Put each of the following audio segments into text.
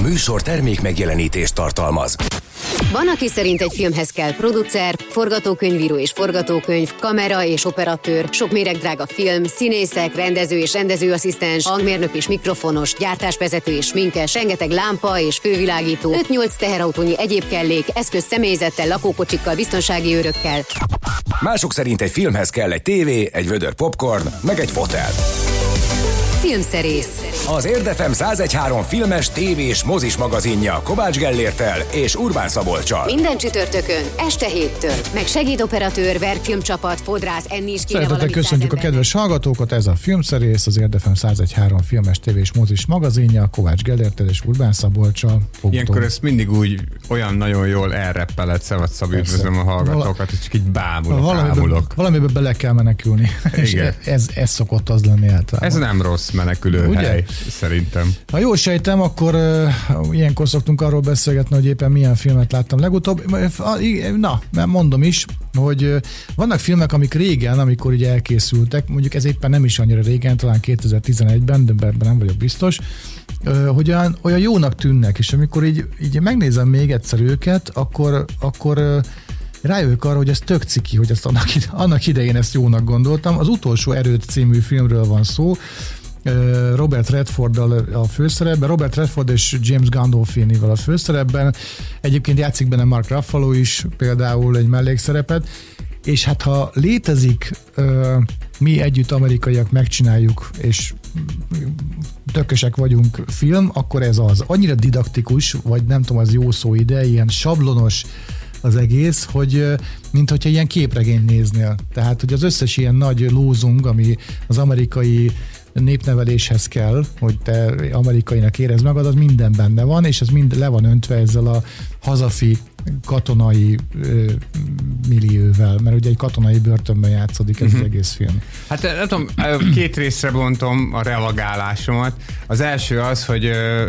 műsor termék megjelenítést tartalmaz. Van, aki szerint egy filmhez kell producer, forgatókönyvíró és forgatókönyv, kamera és operatőr, sok méregdrága film, színészek, rendező és rendezőasszisztens, hangmérnök és mikrofonos, gyártásvezető és sminkes, rengeteg lámpa és fővilágító, 5-8 teherautónyi egyéb kellék, eszköz személyzettel, lakókocsikkal, biztonsági őrökkel. Mások szerint egy filmhez kell egy tévé, egy vödör popcorn, meg egy fotel. Filmszerész. Az Érdefem 101.3 filmes, tévés, mozis magazinja Kovács Gellérttel és Urbán Szabolccsal. Minden csütörtökön, este 7-től. Meg segédoperatőr, verkfilmcsapat, fodrász, enni is kéne. Szeretettel köszöntjük a kedves hallgatókat, ez a Filmszerész, az Érdefem 101.3 filmes, tévés, mozis magazinja Kovács Gellérttel és Urbán Szabolccsal. Ilyenkor ezt mindig úgy olyan nagyon jól elreppeled, Szabi, üdvözlöm a hallgatókat, és csak így bámulok. Valamiben bele kell menekülni. Igen. És ez szokott az lenni általában. Ez nem rossz menekülőhely, szerintem. Ha jól sejtem, akkor ilyenkor szoktunk arról beszélgetni, hogy éppen milyen filmet láttam legutóbb. Mert mondom is, hogy vannak filmek, amik régen, amikor ugye elkészültek, mondjuk ez éppen nem is annyira régen, talán 2011-ben, de ebben nem vagyok biztos, hogy olyan jónak tűnnek, és amikor így megnézem még egyszer őket, akkor rájövök arra, hogy ez tök ciki, hogy ezt annak idején ezt jónak gondoltam. Az Utolsó Erőd című filmről van szó, Robert Redforddal a főszerepben, Robert Redford és James Gandolfinival a főszerepben. Egyébként játszik benne Mark Ruffalo is, például egy mellékszerepet, és hát ha létezik, mi együtt amerikaiak megcsináljuk, és tökösek vagyunk film, akkor ez az. Annyira didaktikus, vagy nem tudom, az jó szó ide, ilyen sablonos az egész, hogy mint hogyha ilyen képregényt néznél. Tehát, hogy az összes ilyen nagy lózung, ami az amerikai népneveléshez kell, hogy te amerikainak érezd magad, az minden benne van, és ez mind le van öntve ezzel a hazafi katonai millióvel, mert ugye egy katonai börtönben játszódik ez az egész film. Hát nem tudom, két részre bontom a reagálásomat. Az első az, hogy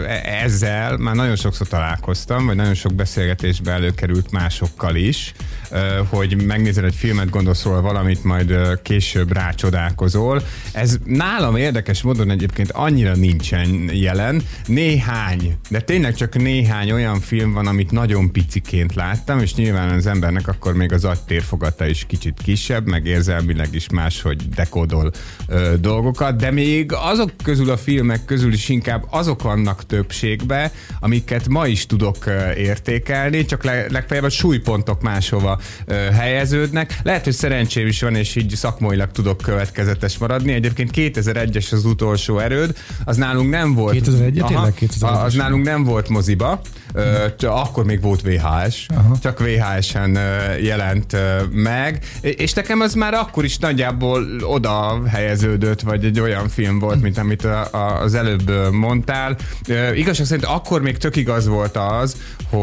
ezzel már nagyon sokszor találkoztam, vagy nagyon sok beszélgetésbe előkerült másokkal is, hogy megnézel egy filmet, gondolsz róla valamit, majd később rácsodálkozol. Ez nálam érdekes módon egyébként annyira nincsen jelen. Néhány, de tényleg csak néhány olyan film van, amit nagyon piciként láttam, és nyilván az embernek akkor még az agytérfogata is kicsit kisebb, meg érzelmileg is máshogy dekódol dolgokat, de még azok közül a filmek közül is inkább azok vannak többségbe, amiket ma is tudok értékelni, csak legfeljebb a súlypontok máshova helyeződnek. Lehet, hogy szerencsém is van, és így szakmailag tudok következetes maradni. Egyébként 2001-es az Utolsó Erőd, az nálunk nem volt. 2001-es? Az nálunk nem volt moziba, akkor még volt VHS, csak VHS-en jelent meg, és nekem az már akkor is nagyjából oda helyeződött, vagy egy olyan film volt, mint amit az előbb mondtál. Igazság szerint akkor még tök igaz volt az,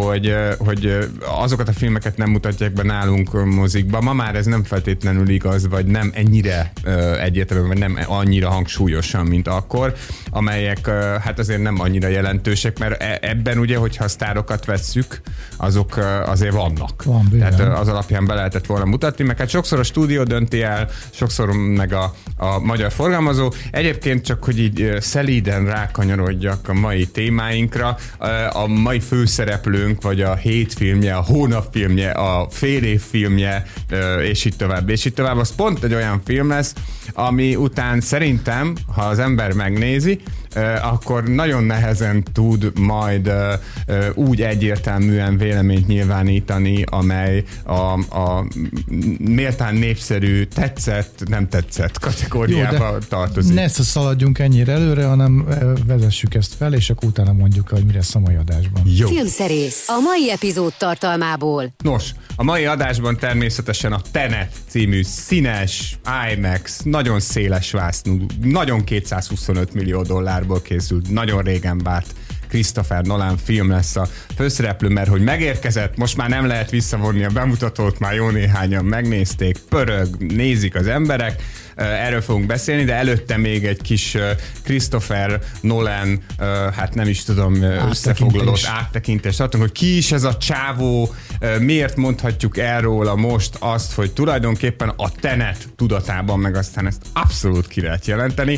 hogy azokat a filmeket nem mutatják be nálunk mozikba. Ma már ez nem feltétlenül igaz, vagy nem ennyire egyértelműen, vagy nem annyira hangsúlyosan, mint akkor, amelyek hát azért nem annyira jelentősek, mert ebben ugye, hogyha a sztárokat vesszük, azok azért vannak. Tehát az alapján be lehetett volna mutatni, meg hát sokszor a stúdió dönti el, sokszor meg a magyar forgalmazó. Egyébként csak, hogy így szelíden rákanyarodjak a mai témáinkra, a mai főszereplőnk, vagy a hétfilmje, a hónapfilmje, a fél év filmje, és így tovább, az pont egy olyan film lesz, ami után szerintem, ha az ember megnézi, akkor nagyon nehezen tud majd úgy egyértelműen véleményt nyilvánítani, amely a méltán népszerű tetszett, nem tetszett kategóriába tartozik. Ne szaladjunk ennyire előre, hanem vezessük ezt fel, és akkor utána mondjuk, hogy mi lesz a mai adásban. Jó. Filmszerész a mai epizód tartalmából. Nos, a mai adásban természetesen a Tenet című színes, IMAX, nagyon széles vásznú, nagyon 225 millió dollárból készült, nagyon régen várt Christopher Nolan film lesz a főszereplő, mert hogy megérkezett, most már nem lehet visszavonni a bemutatót, már jó néhányan megnézték, pörög, nézik az emberek, erről fogunk beszélni, de előtte még egy kis Christopher Nolan, hát nem is tudom, összefoglalott áttekintést adtunk, hogy ki is ez a csávó, miért mondhatjuk el róla most azt, hogy tulajdonképpen a Tenet tudatában, meg aztán ezt abszolút ki lehet jelenteni,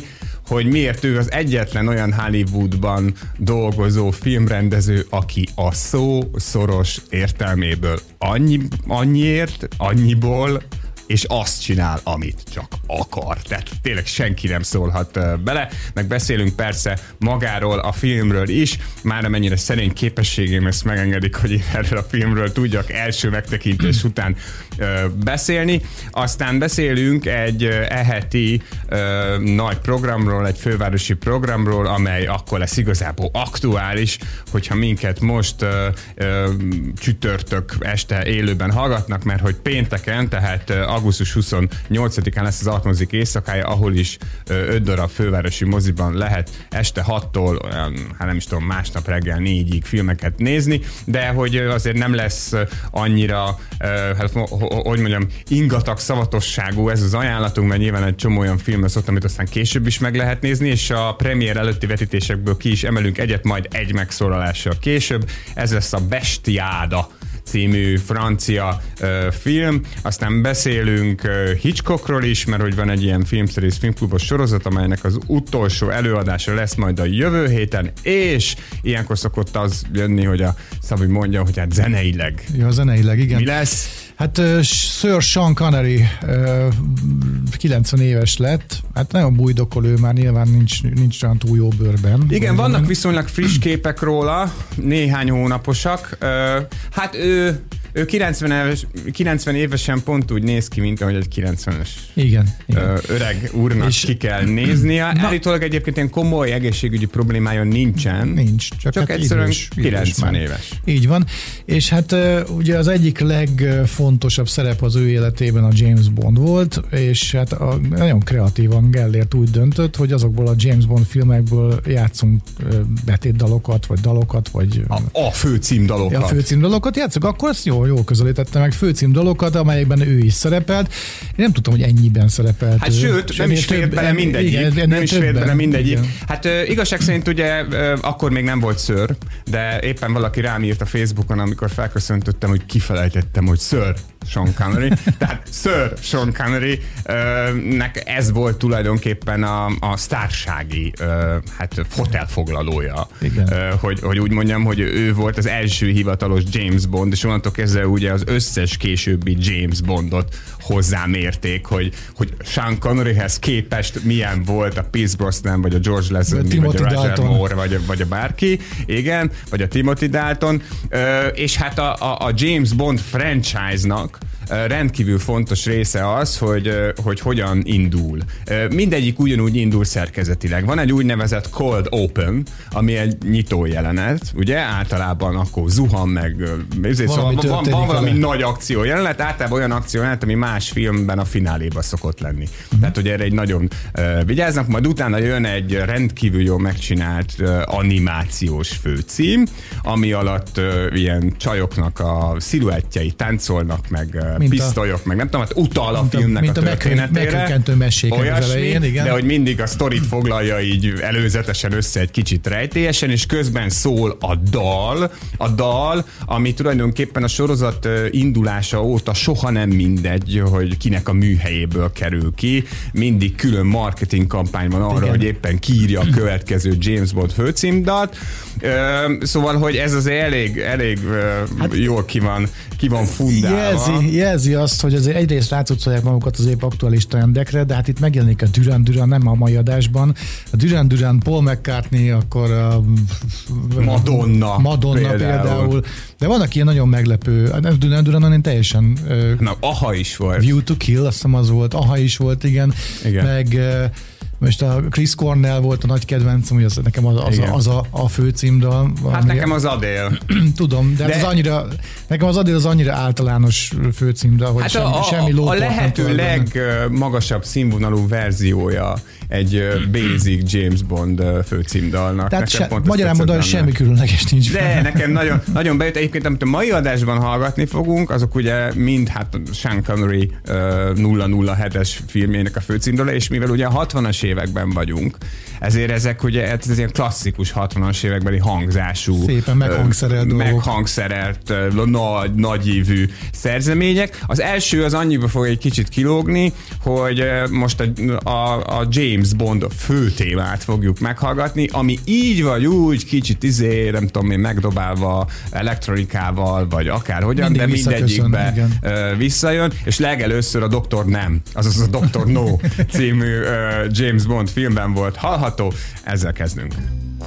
hogy miért ő az egyetlen olyan Hollywoodban dolgozó filmrendező, aki a szó szoros értelméből annyiért, annyiból, és azt csinál, amit csak akar. Tehát tényleg senki nem szólhat bele. Meg beszélünk persze magáról, a filmről is, már amennyire szerény képességém ezt megengedik, hogy én erről a filmről tudjak első megtekintés után beszélni. Aztán beszélünk egy eheti nagy programról, egy fővárosi programról, amely akkor lesz igazából aktuális, hogyha minket most csütörtök este élőben hallgatnak, mert hogy pénteken, tehát augusztus 28-án lesz az Altmozik éjszakája, ahol is 5 darab fővárosi moziban lehet este 6-tól, hát nem is tudom, másnap reggel 4-ig filmeket nézni, de hogy azért nem lesz annyira, hogy mondjam, ingatag szavatosságú ez az ajánlatunk, mert nyilván egy csomó olyan film lesz ott, amit aztán később is meg lehet nézni, és a premier előtti vetítésekből ki is emelünk egyet, majd egy megszólalással később. Ez lesz a Bestiáda című francia film. Aztán beszélünk Hitchcockról is, mert hogy van egy ilyen filmszerész filmklubos sorozat, amelynek az utolsó előadása lesz majd a jövő héten, és ilyenkor szokott az jönni, hogy a Szabi mondja, hogy hát zeneileg. Ja, zeneileg, igen. Mi lesz? Hát Sir Sean Connery 90 éves lett, hát nagyon bújdokol ő, már nyilván nincs olyan túl jó bőrben. Igen, vannak viszonylag friss képek róla, néhány hónaposak. Hát ő 90 évesen pont úgy néz ki, mint ahogy egy 90-es igen. Öreg úrnak és ki kell néznie. Állítólag egyébként ilyen komoly egészségügyi problémája nincsen. Nincs, csak hát egyszerűen 90 éves. Így van. És hát ugye az egyik legfontosabb szerep az ő életében a James Bond volt, és hát nagyon kreatívan Gellért úgy döntött, hogy azokból a James Bond filmekből játszunk betétdalokat, vagy a főcímdalokat. A főcímdalokat játszunk, akkor ezt jól közelítette meg főcímdalókat, amelyekben ő is szerepelt. Én nem tudtam, hogy ennyiben szerepelt. Hát sőt, nem is fért bele mindegyik. Nem is fért bele mindegyik. Hát igazság szerint ugye akkor még nem volt Sir, de éppen valaki rám írt a Facebookon, amikor felköszöntöttem, hogy kifelejtettem, hogy Sir Sean Connery. Tehát Sir Sean Connery nek ez volt tulajdonképpen a sztársági fotelfoglalója. Hogy úgy mondjam, hogy ő volt az első hivatalos James Bond, és onnantól kezdve ugye az összes későbbi James Bondot hozzámérték, hogy Sean Conneryhez képest milyen volt a Pierce Brosnan, vagy a George Lazenby, vagy a Roger Moore, vagy a bárki, igen, vagy a Timothy Dalton, és hát a James Bond franchise-nak rendkívül fontos része az, hogy hogyan indul. Mindegyik ugyanúgy indul szerkezetileg. Van egy úgynevezett cold open, ami egy nyitó jelenet, ugye? Általában akkor zuhan meg, van valami nagy akció jelenet, általában olyan akció jelenet, ami más filmben a fináléba szokott lenni. Tehát, hogy erre egy nagyon vigyáznak, majd utána jön egy rendkívül jól megcsinált animációs főcím, ami alatt ilyen csajoknak a sziluettjei táncolnak, meg pisztolyok, meg nem tudom, hát utal a filmnek a történetére. Megkökkentő mesék az elején, igen. De hogy mindig a sztorit foglalja így előzetesen össze egy kicsit rejtélyesen, és közben szól a dal, ami tulajdonképpen a sorozat indulása óta soha nem mindegy, hogy kinek a műhelyéből kerül ki. Mindig külön marketing kampány van arra, igen, hogy éppen kiírja a következő James Bond főcímdalt. Szóval, hogy ez azért elég jól ki van fundálva. Jelzi azt, hogy azért egyrészt rácucolják magukat az épp aktuális trendekre, de hát itt megjelenik a Duran Duran, nem a mai adásban. A Duran Duran, Paul McCartney, akkor a Madonna például. De vannak ilyen nagyon meglepő, Duran Duran, én teljesen... Aha is volt. View to Kill, azt hiszem az volt, Aha is volt, igen. Meg... Most a Chris Cornell volt a nagy kedvencem, hogy nekem az a főcímdal. Hát nekem az Adele. Tudom, de az annyira, nekem az Adele az annyira általános főcímdal, hogy hát semmi lóport. A lehető legmagasabb színvonalú verziója egy basic James Bond főcímdaldalnak. Tehát magyarán mondani, hogy semmi különleges nincs. De nekem nagyon, nagyon bejött. Egyébként, amit a mai adásban hallgatni fogunk, azok ugye mind Sean Connery 007-es filmjének a főcímdala, és mivel ugye a 60-as években vagyunk, ezért ezek ugye ez ilyen klasszikus 60-as évekbeli hangzású, szépen meghangszerelt nagyívű szerzemények. Az első az annyiba fog egy kicsit kilógni, hogy most a James Bond főtémát fogjuk meghallgatni, ami így vagy úgy kicsit nem tudom én, megdobálva elektronikával, vagy akárhogyan, de mindegyikbe visszajön, és legelőször a Dr. Nem, azaz a Dr. No című James Bond filmben volt hallható. Ezzel kezdünk.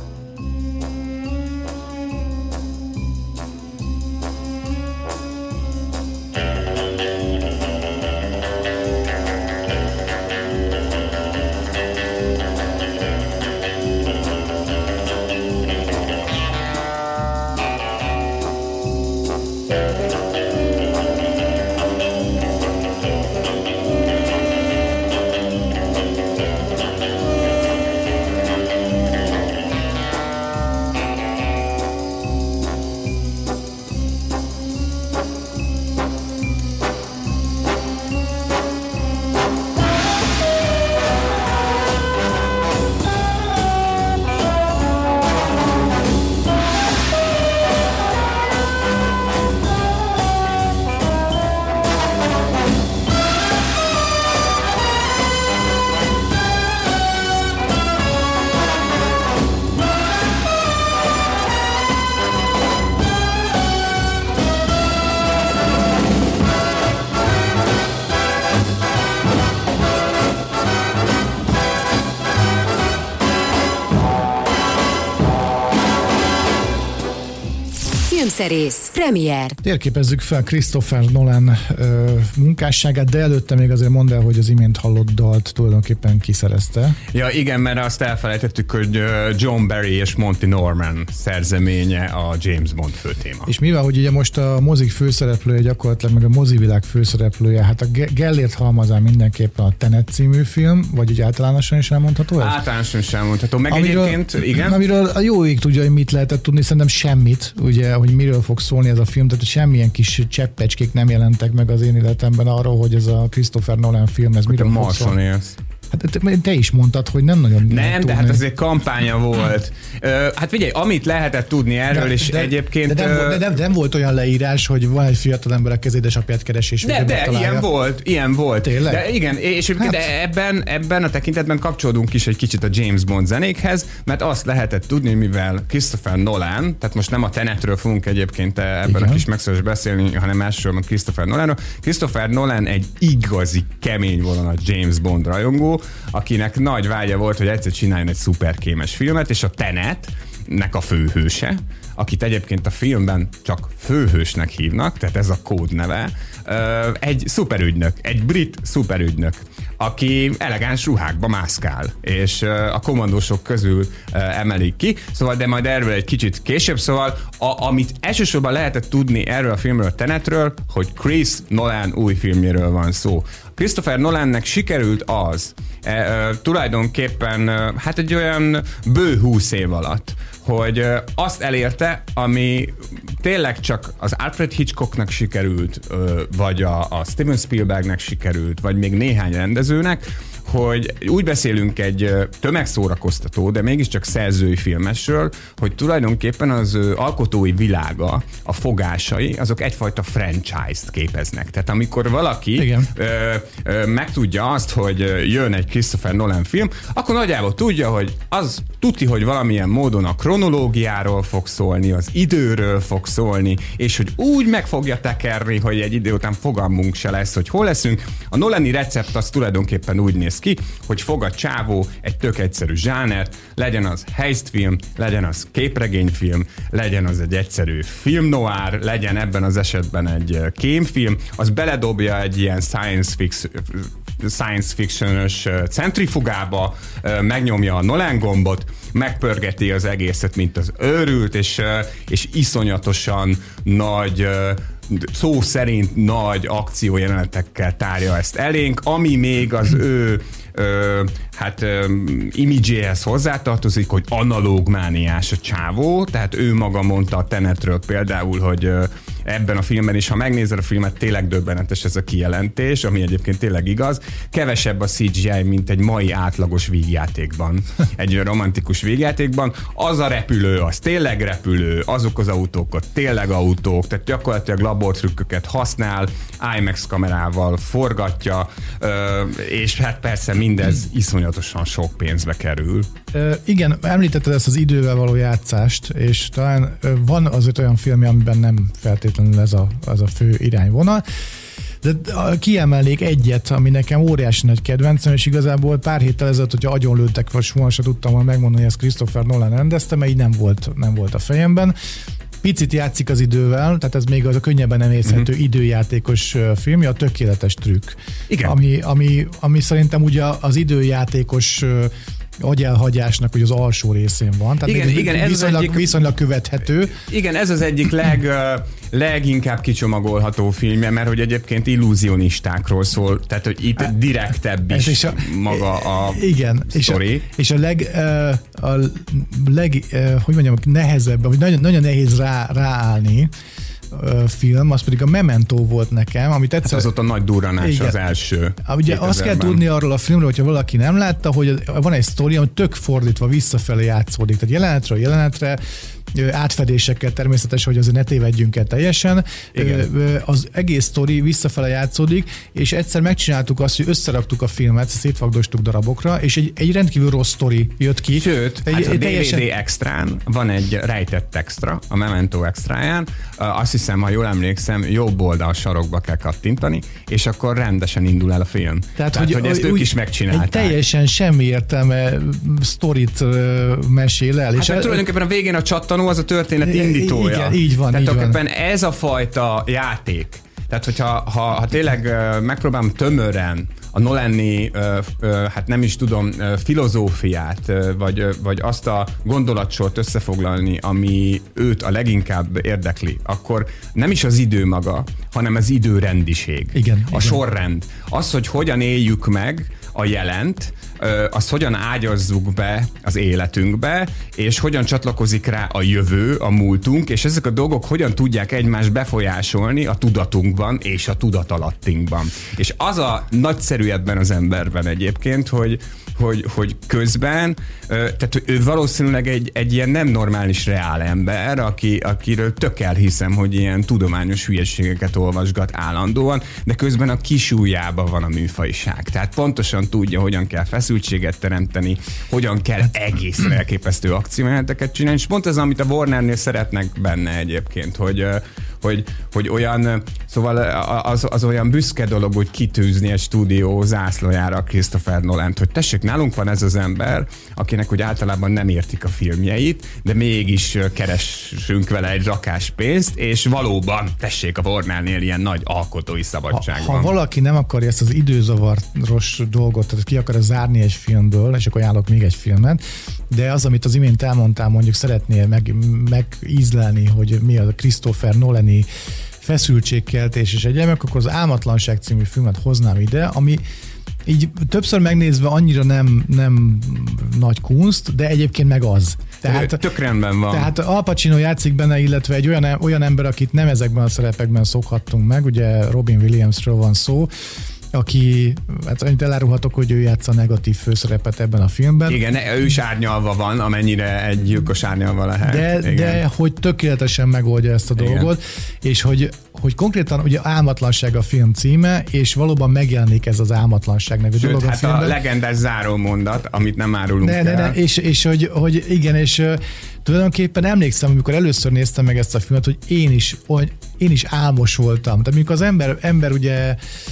Filmszerész, premier. Térképezzük fel Christopher Nolan munkásságát, de előtte még azért mondd el, hogy az imént hallott dalt tulajdonképpen kiszerezte. Ja igen, mert azt elfelejtettük, hogy John Barry és Monty Norman szerzeménye a James Bond főtéma. És mivel, hogy ugye most a mozik főszereplője gyakorlatilag, meg a mozivilág főszereplője, hát a Gellért halmazán mindenképpen a Tenet című film, vagy ugye általánosan is elmondható ez? Általánosan is elmondható. Meg egyébként, igen. Amiről a jó ég tudja, hogy mit lehetett tudni, szerintem semmit, ugye, hogy miről fog szólni ez a film, tehát semmilyen kis cseppecskék nem jelentek meg az én életemben arról, hogy ez a Christopher Nolan film, ez miről fog szólni. Hát te is mondtad, hogy nem nagyon nem, de hát azért kampánya volt. Hát figyelj, amit lehetett tudni erről, és egyébként... De nem volt olyan leírás, hogy van egy fiatal ember, a kezédesapját keres, és de ilyen volt. Tényleg? De igen, és hát. ebben a tekintetben kapcsolódunk is egy kicsit a James Bond zenékhez, mert azt lehetett tudni, mivel Christopher Nolan, tehát most nem a Tenetről fogunk egyébként ebben a kis megszólás beszélni, hanem elsősorban Christopher Nolanról. Christopher Nolan egy igazi kemény vonalú James Bond rajongó, akinek nagy vágya volt, hogy egyszer csináljon egy szuperkémes filmet, és a Tenetnek a főhőse, akit egyébként a filmben csak főhősnek hívnak, tehát ez a kódneve, egy szuperügynök, egy brit szuperügynök, aki elegáns ruhákba mászkál, és a kommandósok közül emelik ki, szóval, de majd erről egy kicsit később, szóval amit elsősorban lehetett tudni erről a filmről, a Tenetről, hogy Chris Nolan új filmjéről van szó. Christopher Nolannek sikerült az, tulajdonképpen hát egy olyan bő 20 év alatt, hogy azt elérte, ami tényleg csak az Alfred Hitchcocknak sikerült, vagy a Steven Spielbergnek sikerült, vagy még néhány rendezőnek, hogy úgy beszélünk egy tömegszórakoztató, de mégiscsak szerzői filmesről, hogy tulajdonképpen az alkotói világa, a fogásai, azok egyfajta franchise-t képeznek. Tehát amikor valaki megtudja azt, hogy jön egy Christopher Nolan film, akkor nagyjából tudja, hogy az tuti, hogy valamilyen módon a kronológiáról fog szólni, az időről fog szólni, és hogy úgy meg fogja tekerni, hogy egy idő után fogalmunk se lesz, hogy hol leszünk. A Nolani recept az tulajdonképpen úgy néz ki, hogy fog a csávó egy tök egyszerű zsánert, legyen az heistfilm, legyen az képregényfilm, legyen az egy egyszerű film noir, legyen ebben az esetben egy kémfilm, az beledobja egy ilyen science fiction-ös centrifugába, megnyomja a Nolan gombot, megpörgeti az egészet, mint az őrült, és iszonyatosan nagy, szó szerint nagy akciójelenetekkel tárja ezt elénk, ami még az ő imidzséhez hozzátartozik, hogy analóg mániás a csávó, tehát ő maga mondta a Tenetről például, hogy ebben a filmben is. Ha megnézed a filmet, tényleg döbbenetes ez a kijelentés, ami egyébként tényleg igaz. Kevesebb a CGI, mint egy mai átlagos vígjátékban. Egy romantikus vígjátékban. Az a repülő, az tényleg repülő, azok az autók, ott tényleg autók, tehát gyakorlatilag labortrükköket használ, IMAX kamerával forgatja, és hát persze mindez iszonyatosan sok pénzbe kerül. Igen, említetted ezt az idővel való játszást, és talán van azért olyan film, amiben nem feltétlenül ez a fő irányvonal, de kiemelnék egyet, ami nekem óriási nagy kedvencem, és igazából pár héttel ezelőtt, hogyha agyonlőttek, vagy soha se tudtam volna megmondani, hogy ezt Christopher Nolan rendezte, mert így nem volt a fejemben. Picit játszik az idővel, tehát ez még az a könnyebben nem észhető időjátékos filmje, a Tökéletes trükk. Igen. Ami szerintem ugye az időjátékos agyelhagyásnak hogy az alsó részén van. Tehát igen, ez viszonylag követhető. Igen, ez az egyik leginkább kicsomagolható filmje, mert hogy egyébként illúzionistákról szól, tehát hogy itt direktebb is maga a sztori. És a hogy mondjam, nehezebb, vagy nagyon nehéz ráállni film, az pedig a Memento volt nekem, amit egyszer... Hát az ott a nagy durranás az első. Ugye azt kell tudni arról a filmről, hogyha valaki nem látta, hogy van egy sztori, ami tök fordítva visszafelé játszódik. Tehát jelenetről jelenetre, átfedésekkel természetesen, hogy azért ne tévedjünk el teljesen. Igen. Az egész sztori visszafele játszódik, és egyszer megcsináltuk azt, hogy összeraktuk a filmet, szétfagdostuk darabokra, és egy rendkívül rossz sztori jött ki. Sőt, a DVD extrán van egy rejtett extra, a Memento extráján. Azt hiszem, ha jól emlékszem, jobb oldal sarokba kell kattintani, és akkor rendesen indul el a film. Tehát hogy ezt ők is megcsinálták. Egy teljesen semmi értelme sztorit mesél el. Hát tulajdonképpen a végén a csattanó az a történet indítója. Igen, így van. Tehát tulajdonképpen ez a fajta játék. Tehát, hogyha ha tényleg megpróbálom tömören a Nolan-i, hát nem is tudom, filozófiát, vagy azt a gondolatsort összefoglalni, ami őt a leginkább érdekli, akkor nem is az idő maga, hanem az időrendiség. Igen, a sorrend. Az, hogy hogyan éljük meg a jelent, azt hogyan ágyazzuk be az életünkbe, és hogyan csatlakozik rá a jövő, a múltunk, és ezek a dolgok hogyan tudják egymást befolyásolni a tudatunkban és a tudatalattinkban. És az a nagyszerű ebben az emberben egyébként, hogy közben, tehát ő valószínűleg egy ilyen nem normális reál ember, akiről tök elhiszem, hogy ilyen tudományos hülyeségeket olvasgat állandóan, de közben a kisujjában van a műfajiság. Tehát pontosan tudja, hogyan kell feszültséget teremteni, hogyan kell egészen elképesztő akciójeleneteket csinálni, és pont ez, amit a Warnernél szeretnek benne egyébként, hogy olyan, szóval az olyan büszke dolog, hogy kitűzni egy stúdió zászlójára Christopher Nolant, hogy tessék, nálunk van ez az ember, akinek úgy általában nem értik a filmjeit, de mégis keresünk vele egy rakás pénzt, és valóban, tessék, a Warnernél ilyen nagy alkotói szabadság van. Ha valaki nem akarja ezt az időzavaros dolgot, tehát ki akar zárni egy filmből, és akkor ajánlok még egy filmet, de az, amit az imént elmondtál, mondjuk szeretnél megízlelni, hogy mi a Christopher Nolani feszültségkeltés és egyébként, akkor az Álmatlanság című filmet hoznám ide, ami így többször megnézve annyira nem nagy kunst, de egyébként meg az. Tehát, tök rendben van. Tehát Al Pacino játszik benne, illetve egy olyan ember, akit nem ezekben a szerepekben szokhattunk meg, ugye Robin Williamsről van szó, aki, hát annyit elárulhatok, hogy ő játsza a negatív főszerepet ebben a filmben. Igen, ő is árnyalva van, amennyire egy gyilkos árnyalva lehet. De hogy tökéletesen megoldja ezt a dolgot, és hogy konkrétan ugye Álmatlanság a film címe, és valóban megjelenik ez az álmatlanság nevű dolog a filmben. A legendás zárómondat, amit nem árulunk el. És hogy igen, és tulajdonképpen emlékszem, amikor először néztem meg ezt a filmet, hogy én is álmos voltam. Tehát amikor az ember ugye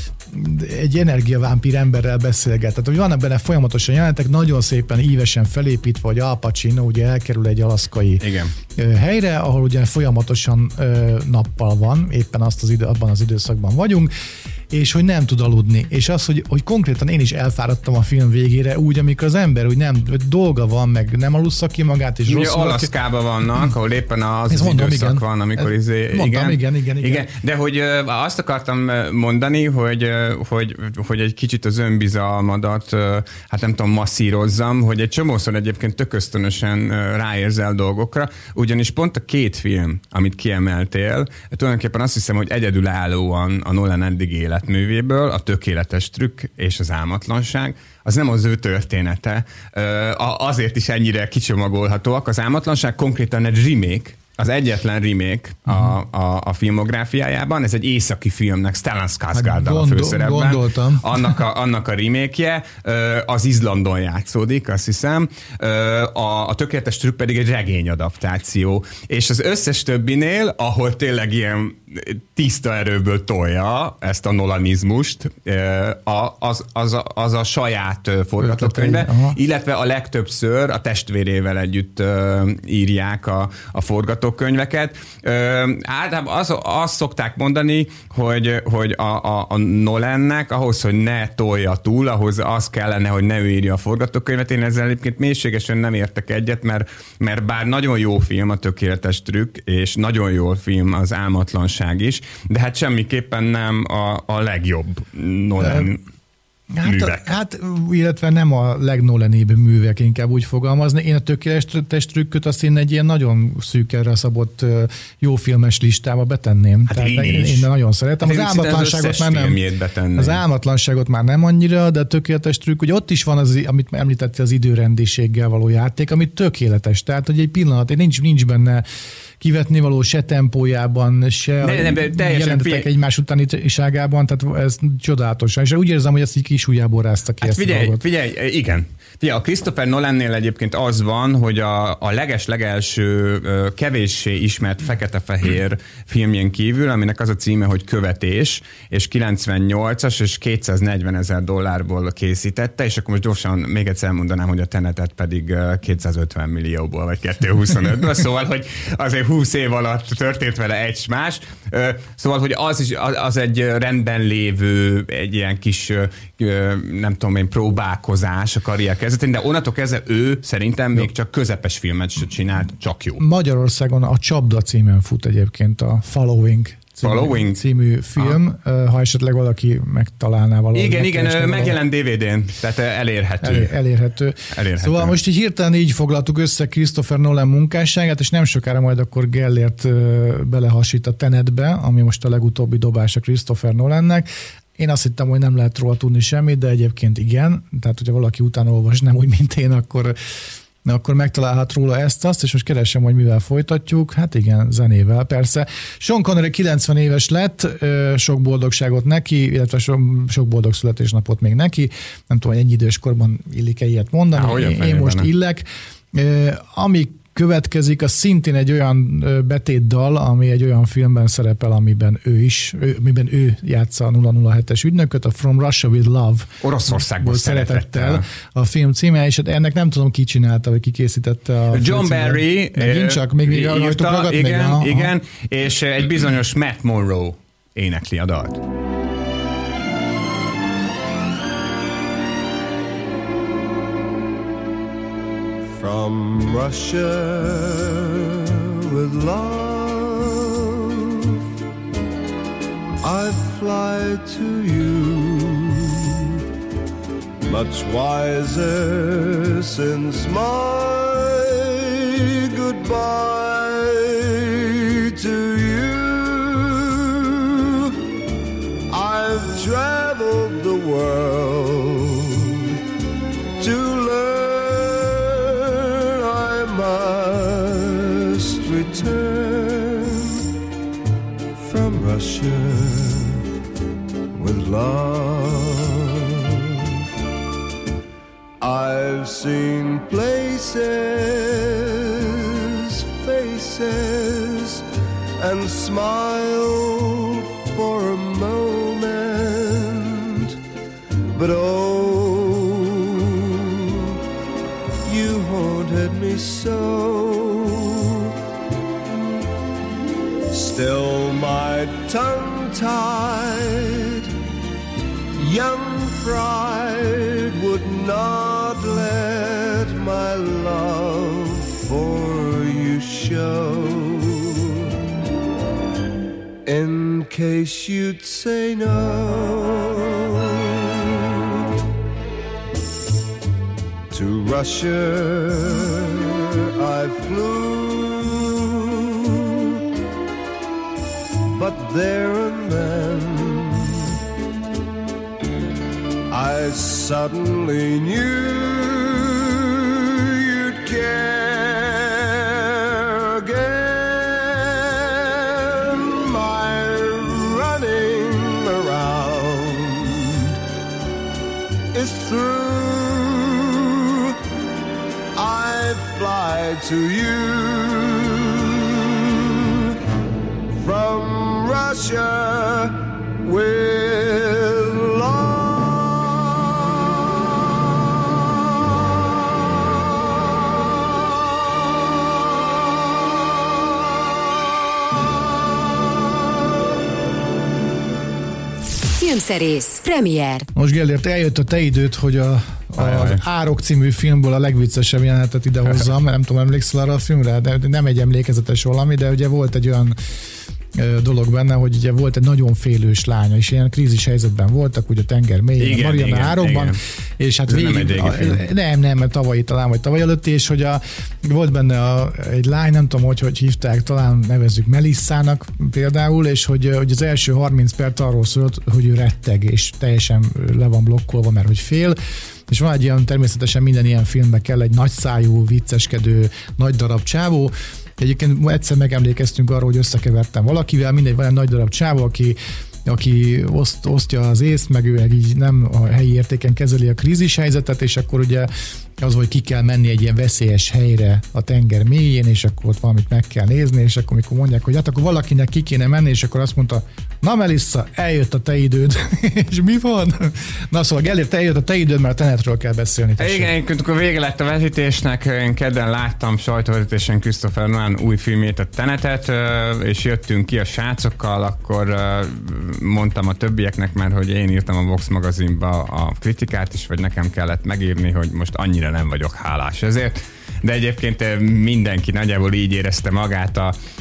egy energiavámpír emberrel beszélget. Tehát, hogy vannak benne folyamatosan jelenetek, nagyon szépen ívesen felépítve, hogy Al Pacino ugye elkerül egy alaszkai helyre, ahol ugye folyamatosan nappal van, éppen abban az időszakban vagyunk, és hogy nem tud aludni. És az, hogy konkrétan én is elfáradtam a film végére, úgy, amikor az ember úgy nem, dolga van, meg nem alussza ki magát, és rosszul. Alaszkában vannak, ahol éppen az időszak igen. Van, amikor igen. De hogy azt akartam mondani, hogy egy kicsit az önbizalmadat, hát nem tudom, masszírozzam, hogy egy csomószor egyébként tök ösztönösen ráérzel dolgokra, ugyanis pont a két film, amit kiemeltél, tulajdonképpen azt hiszem, hogy egyedülállóan a Nolan eddig életművéből, a Tökéletes trükk és az Álmatlanság, az nem az ő története. Azért is ennyire kicsomagolhatóak. Az Álmatlanság konkrétan egy remake, az egyetlen remake a filmográfiájában. Ez egy északi filmnek, Stellan Skarsgård a főszerepben. Gondoltam. Annak a remake-je, az Izlandon játszódik, azt hiszem. A Tökéletes trükk pedig egy regényadaptáció. És az összes többinél, ahol tényleg ilyen tiszta erőből tolja ezt a nolanizmust, az a saját forgatókönyve, illetve a legtöbbször a testvérével együtt írják a forgatókönyveket. Általában azt szokták mondani, hogy a Nolannek ahhoz, hogy ne tolja túl, ahhoz az kellene, hogy ne ő írja a forgatókönyvet. Én ezzel egyébként mélységesen nem értek egyet, mert bár nagyon jó film a Tökéletes trükk, és nagyon jó film az Álmatlanság is, de hát semmiképpen nem a legjobb Nolan művek. Hát, illetve nem a legnolanibb művek, inkább úgy fogalmazni. Én a Tökéletes trükköt azt én egy ilyen nagyon szűkre szabott jó filmes listába betenném. Hát tehát én nagyon szeretem. Az Álmatlanságot már nem. Az Álmatlanságot már nem annyira, de a Tökéletes trükk, ugye ott is van az, amit említette, az időrendiséggel való játék, ami tökéletes. Tehát, hogy egy pillanat, nincs benne kivetni való se tempójában, se jelentetek egymás utániságában, tehát ez csodálatosan. És úgy érzem, hogy ezt így kis ujjából rázta ki ezt a dolgot. Figyelj, igen. A Christopher Nolannél egyébként az van, hogy a legelső kevéssé ismert fekete-fehér filmjén kívül, aminek az a címe, hogy Követés, és 98-as, és $240,000 készítette, és akkor most gyorsan még egyszer mondanám, hogy a Tenetet pedig 250 millióból, vagy 225-ből, szóval, hogy azért 20 év alatt történt vele egy más. Szóval, hogy az egy rendben lévő, egy ilyen kis, nem tudom én, próbálkozás a karrier kezdetén, de onnantól kezdve ő szerintem még csak közepes filmet csinált, csak jó. Magyarországon a Csapda címen fut egyébként a Following című film, ha esetleg valaki megtalálná valahogy. Igen, megjelent DVD-n, tehát elérhető. Szóval most így hirtelen így foglaltuk össze Christopher Nolan munkásságát, és nem sokára majd akkor Gellért belehasít a Tenetbe, ami most a legutóbbi dobása Christopher Nolannek. Én azt hittem, hogy nem lehet róla tudni semmit, de egyébként igen. Tehát, hogyha valaki utána olvas, nem úgy, mint én, akkor megtalálhat róla ezt-azt, és most keresem, hogy mivel folytatjuk. Hát igen, zenével persze. Sean Connery 90 éves lett, sok boldogságot neki, illetve sok boldog születésnapot még neki. Nem tudom, hogy ennyi idős korban illik-e ilyet mondani. Én most illek. Ami következik, az szintén egy olyan betétdal, ami egy olyan filmben szerepel, amiben ő játsza a 007-es ügynököt, a From Russia with Love. Oroszországból szeretettel. A film címe, és ennek nem tudom, ki csinálta, vagy ki készítette a John Barry írta, igen, és egy bizonyos Matt Monroe énekli a dalt. From Russia with love, I fly to you, much wiser since my goodbye to you. I've traveled the world to learn return from Russia with love. I've seen places, faces, and smiled for a moment, but oh, you haunted me so. Still my tongue-tied young pride would not let my love for you show. In case you'd say no. To Russia I flew, but there and then I suddenly knew you'd care again. My running around is through. I fly to you from Russia with love. Filmszerész, premier. Most Gellért, eljött a te időt, hogy az Árok című filmből a legviccesebb jelenetet idehozzam, mert nem tudom, emlékszel arra a filmre, de nem egy emlékezetes valami, de ugye volt egy olyan dolog benne, hogy ugye volt egy nagyon félős lánya, és ilyen krízis helyzetben voltak, ugye a tenger mélyén, a Mariana árokban, és hát végig, nem, mert tavalyi talán, vagy tavaly előtti, és hogy volt benne egy lány, nem tudom, hogy hívták, talán nevezzük Melissának például, és hogy az első 30 perc arról szólt, hogy ő retteg, és teljesen le van blokkolva, mert hogy fél, és van egy ilyen, természetesen minden ilyen filmben kell egy nagyszájú, vicceskedő, nagy darab csávó. Egyébként egyszer megemlékeztünk arról, hogy összekevertem valakivel, mindegy, van egy nagy darab csávó, aki osztja az észt, meg ő így nem a helyi értéken kezeli a krízis helyzetet, és akkor ugye az, hogy ki kell menni egy ilyen veszélyes helyre a tenger mélyén, és akkor ott valamit meg kell nézni, és akkor mikor mondják, hogy hát akkor valakinek ki kéne menni, és akkor azt mondta, na Melissa, eljött a te időd. És mi van? Na szóval Gellért, eljött a te időd, mert a Tenetről kell beszélni. Igen, amikor vége lett a vetítésnek, én kedden láttam sajtóvetítésen Christopher Nolan új filmjét, a Tenetet, és jöttünk ki a srácokkal, akkor mondtam a többieknek már, hogy én írtam a Vox magazinba a kritikát is, vagy nekem kellett megírni, hogy most annyira nem vagyok hálás ezért. De egyébként mindenki nagyjából így érezte magát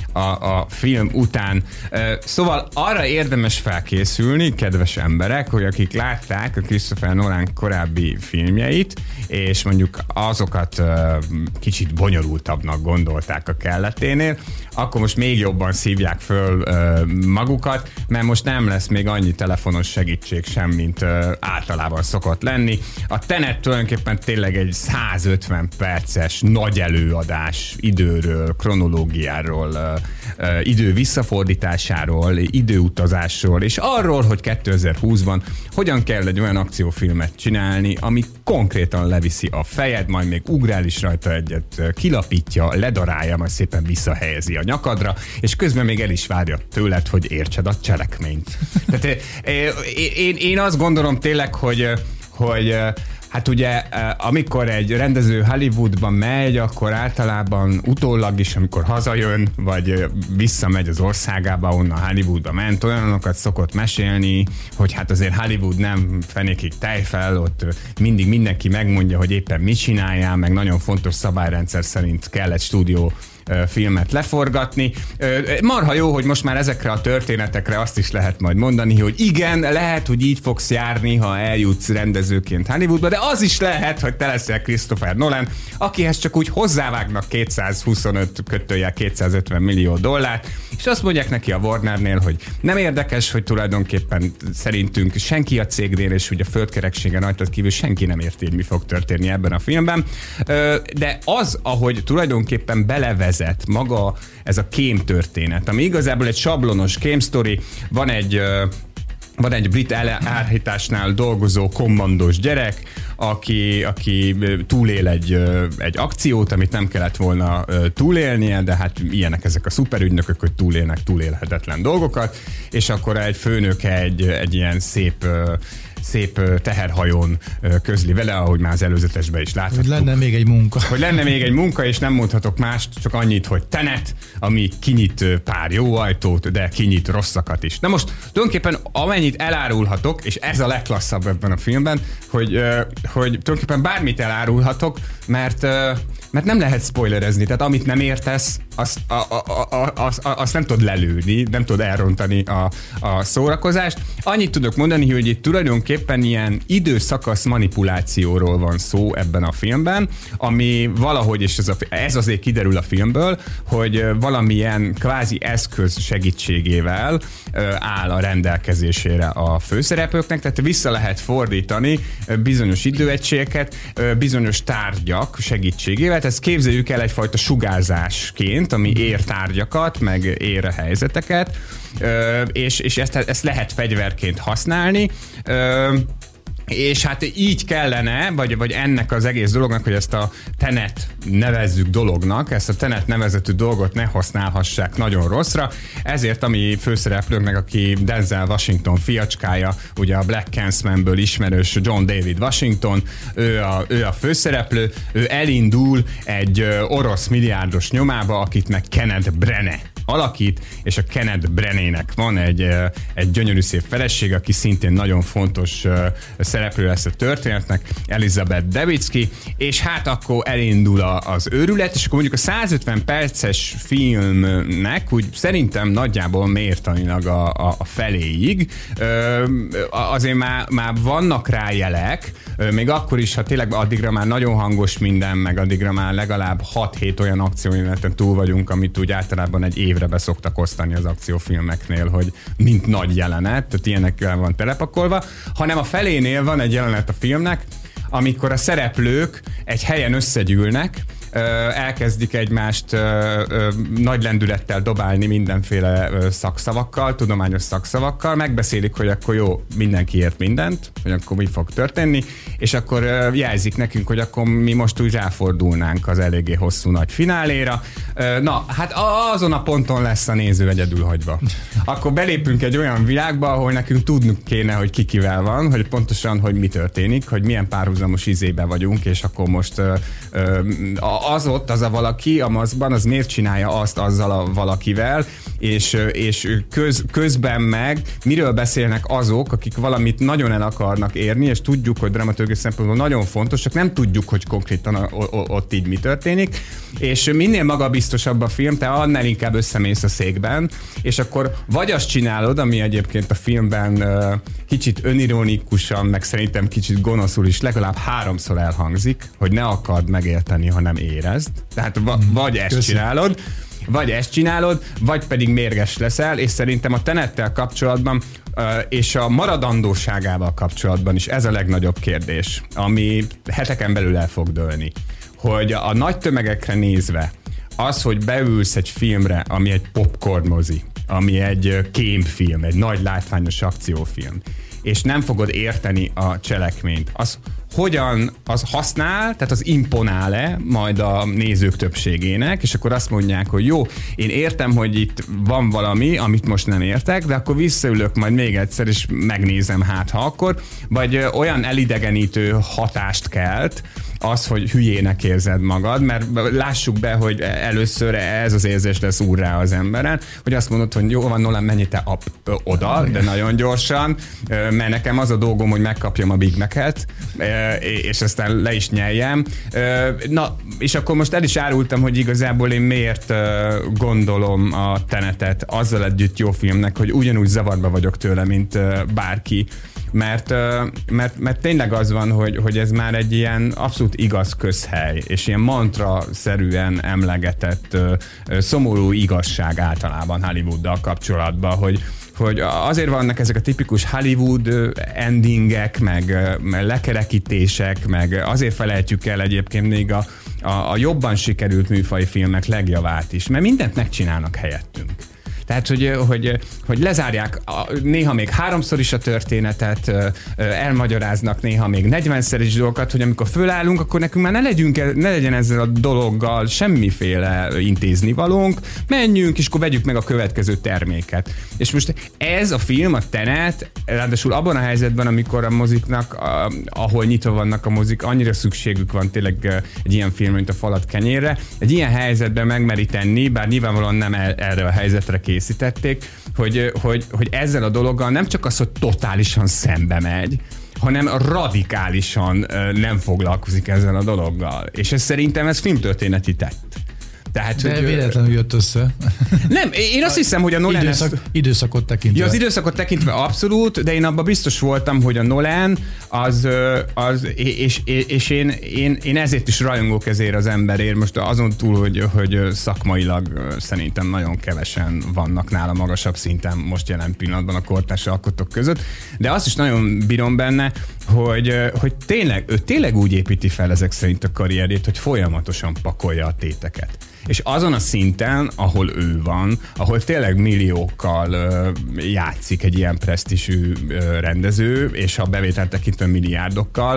a film után. Szóval arra érdemes felkészülni, kedves emberek, hogy akik látták a Christopher Nolan korábbi filmjeit, és mondjuk azokat kicsit bonyolultabbnak gondolták a kelleténél, akkor most még jobban szívják föl magukat, mert most nem lesz még annyi telefonos segítség sem, mint általában szokott lenni. A Tenet tulajdonképpen tényleg egy 150 perces nagy előadás időről, kronológiáról, idő visszafordításáról, időutazásról, és arról, hogy 2020-ban hogyan kell egy olyan akciófilmet csinálni, ami konkrétan leviszi a fejed, majd még ugrál is rajta egyet, kilapítja, ledarálja, majd szépen visszahelyezi a nyakadra, és közben még el is várja tőled, hogy értsed a cselekményt. Tehát én azt gondolom tényleg, hogy hát ugye, amikor egy rendező Hollywoodban megy, akkor általában utólag is, amikor hazajön, vagy visszamegy az országába, onnan Hollywoodba ment, olyanokat szokott mesélni, hogy hát azért Hollywood nem fenékig tejfel, ott mindig mindenki megmondja, hogy éppen mit csináljál, meg nagyon fontos szabályrendszer szerint kell egy stúdió filmet leforgatni. Marha jó, hogy most már ezekre a történetekre azt is lehet majd mondani, hogy igen, lehet, hogy így fogsz járni, ha eljutsz rendezőként Hollywoodba, de az is lehet, hogy te leszel Christopher Nolan, akihez csak úgy hozzávágnak 250 millió dollárt, és azt mondják neki a Warnernél, hogy nem érdekes, hogy tulajdonképpen szerintünk senki a cégnél, és hogy a földkerekségen rajtad kívül senki nem érti, hogy mi fog történni ebben a filmben. De az, ahogy tulajdonképpen belevezet maga ez a kém történet, ami igazából egy sablonos kém sztori, van egy brit elhárításnál dolgozó kommandós gyerek, aki túlél egy akciót, amit nem kellett volna túlélnie, de hát ilyenek ezek a szuperügynökök, hogy túlélnek túlélhetetlen dolgokat, és akkor egy főnöke egy ilyen szép szép teherhajón közli vele, ahogy már az előzetesben is láthattuk. Hogy lenne még egy munka. Hogy lenne még egy munka, és nem mondhatok mást, csak annyit, hogy Tenet, ami kinyit pár jó ajtót, de kinyit rosszakat is. Na most tulajdonképpen amennyit elárulhatok, és ez a legklasszabb ebben a filmben, hogy tulajdonképpen bármit elárulhatok, mert nem lehet spoilerezni, tehát amit nem értesz, azt nem tudod lelőni, nem tudod elrontani a szórakozást. Annyit tudok mondani, hogy itt tulajdonképpen ilyen időszakasz manipulációról van szó ebben a filmben, ami valahogy, és ez azért kiderül a filmből, hogy valamilyen kvázi eszköz segítségével áll a rendelkezésére a főszereplőknek, tehát vissza lehet fordítani bizonyos időegységeket, bizonyos tárgyak segítségével, ezt képzeljük el egyfajta sugárzásként, ami ér tárgyakat, meg ér helyzeteket, és ezt lehet fegyverként használni, és hát így kellene, vagy ennek az egész dolognak, hogy ezt a Tenet nevezzük dolognak, ezt a Tenet nevezetű dolgot ne használhassák nagyon rosszra, ezért a mi főszereplőnknek, aki Denzel Washington fiacskája, ugye a Black Klansmanből ismerős John David Washington, ő a főszereplő, ő elindul egy orosz milliárdos nyomába, akit meg Kenneth Branagh alakít, és a Kenneth Branagh-nek van egy gyönyörű szép felesége, aki szintén nagyon fontos szereplő lesz a történetnek, Elizabeth Debicki, és hát akkor elindul az őrület, és akkor mondjuk a 150 perces filmnek úgy szerintem nagyjából mértanilag a feléig. Azért már vannak rá jelek, még akkor is, ha tényleg addigra már nagyon hangos minden, meg addigra már legalább 6-7 olyan akciójeleneten túl vagyunk, amit úgy általában egy évre be szoktak osztani az akciófilmeknél, hogy mint nagy jelenet, tehát ilyenekkel van telepakolva, hanem a felénél van egy jelenet a filmnek, amikor a szereplők egy helyen összegyűlnek, elkezdik egymást nagy lendülettel dobálni mindenféle szakszavakkal, tudományos szakszavakkal, megbeszélik, hogy akkor jó, mindenki ért mindent, hogy akkor mi fog történni, és akkor jelzik nekünk, hogy akkor mi most úgy ráfordulnánk az eléggé hosszú nagy fináléra. Na, hát azon a ponton lesz a néző egyedül hagyva. Akkor belépünk egy olyan világba, ahol nekünk tudnunk kéne, hogy ki kivel van, hogy pontosan, hogy mi történik, hogy milyen párhuzamos izébe vagyunk, és akkor most az a valaki a maszkban, az miért csinálja azt azzal a valakivel, és közben meg miről beszélnek azok, akik valamit nagyon el akarnak érni, és tudjuk, hogy dramaturgiai szempontból nagyon fontos, csak nem tudjuk, hogy konkrétan ott így mi történik, és minél magabiztosabb a film, te annál inkább összemész a székben, és akkor vagy azt csinálod, ami egyébként a filmben kicsit önironikusan, meg szerintem kicsit gonoszul is legalább 3-szor elhangzik, hogy ne akard megérteni, hanem érezd. Tehát vagy ezt csinálod, vagy pedig mérges leszel, és szerintem a Tenettel kapcsolatban és a maradandóságával kapcsolatban is ez a legnagyobb kérdés, ami heteken belül el fog dőlni. Hogy a nagy tömegekre nézve az, hogy beülsz egy filmre, ami egy popcorn mozi, ami egy kémfilm, egy nagy látványos akciófilm, és nem fogod érteni a cselekményt, az hogyan az használ, tehát az imponál-e majd a nézők többségének, és akkor azt mondják, hogy jó, én értem, hogy itt van valami, amit most nem értek, de akkor visszaülök majd még egyszer, és megnézem ha akkor, vagy olyan elidegenítő hatást kelt, az, hogy hülyének érzed magad, mert lássuk be, hogy először ez az érzés lesz úrrá az emberen, hogy azt mondod, hogy jó van, Nolan, menj te oda, de nagyon gyorsan, mert nekem az a dolgom, hogy megkapjam a Big Mac-et, és aztán le is nyeljem. Na, és akkor most el is árultam, hogy igazából én miért gondolom a Tenetet azzal együtt jó filmnek, hogy ugyanúgy zavarba vagyok tőle, mint bárki, mert tényleg az van, hogy ez már egy ilyen abszolút igaz közhely, és ilyen mantra-szerűen emlegetett szomorú igazság általában Hollywooddal kapcsolatban, hogy azért vannak ezek a tipikus Hollywood endingek, meg lekerekítések, meg azért felejtjük el egyébként még a jobban sikerült műfaj filmek legjavát is, mert mindent megcsinálnak helyettünk. Tehát, hogy lezárják néha még 3-szor is a történetet, elmagyaráznak néha még 40-szer is dolgokat, hogy amikor fölállunk, akkor nekünk már ne legyen ezzel a dologgal semmiféle intéznivalónk, menjünk, és akkor vegyük meg a következő terméket. És most ez a film, a Tenet, ráadásul abban a helyzetben, amikor a moziknak, ahol nyitva vannak a mozik, annyira szükségük van tényleg egy ilyen film, mint a Falat kenyérre, egy ilyen helyzetben megmeri tenni, bár nyilvánvalóan nem erre a helyzetre készítették, hogy ezzel a dologgal nem csak az, hogy totálisan szembe megy, hanem radikálisan nem foglalkozik ezzel a dologgal. És szerintem ez filmtörténeti tett. Tehát, de véletlenül jött össze. Nem, én azt hiszem, hogy a Nolan... Időszakot tekintve. Ja, az időszakot tekintve abszolút, de én abban biztos voltam, hogy a Nolan és én ezért is rajongok ezért az emberért, most azon túl, hogy szakmailag szerintem nagyon kevesen vannak nála magasabb szinten most jelen pillanatban a kortárs alkotók között, de azt is nagyon bírom benne, hogy ő tényleg úgy építi fel ezek szerint a karrierjét, hogy folyamatosan pakolja a téteket. És azon a szinten, ahol ő van, ahol tényleg milliókkal játszik egy ilyen presztízsű rendező, és a bevételt tekintve milliárdokkal,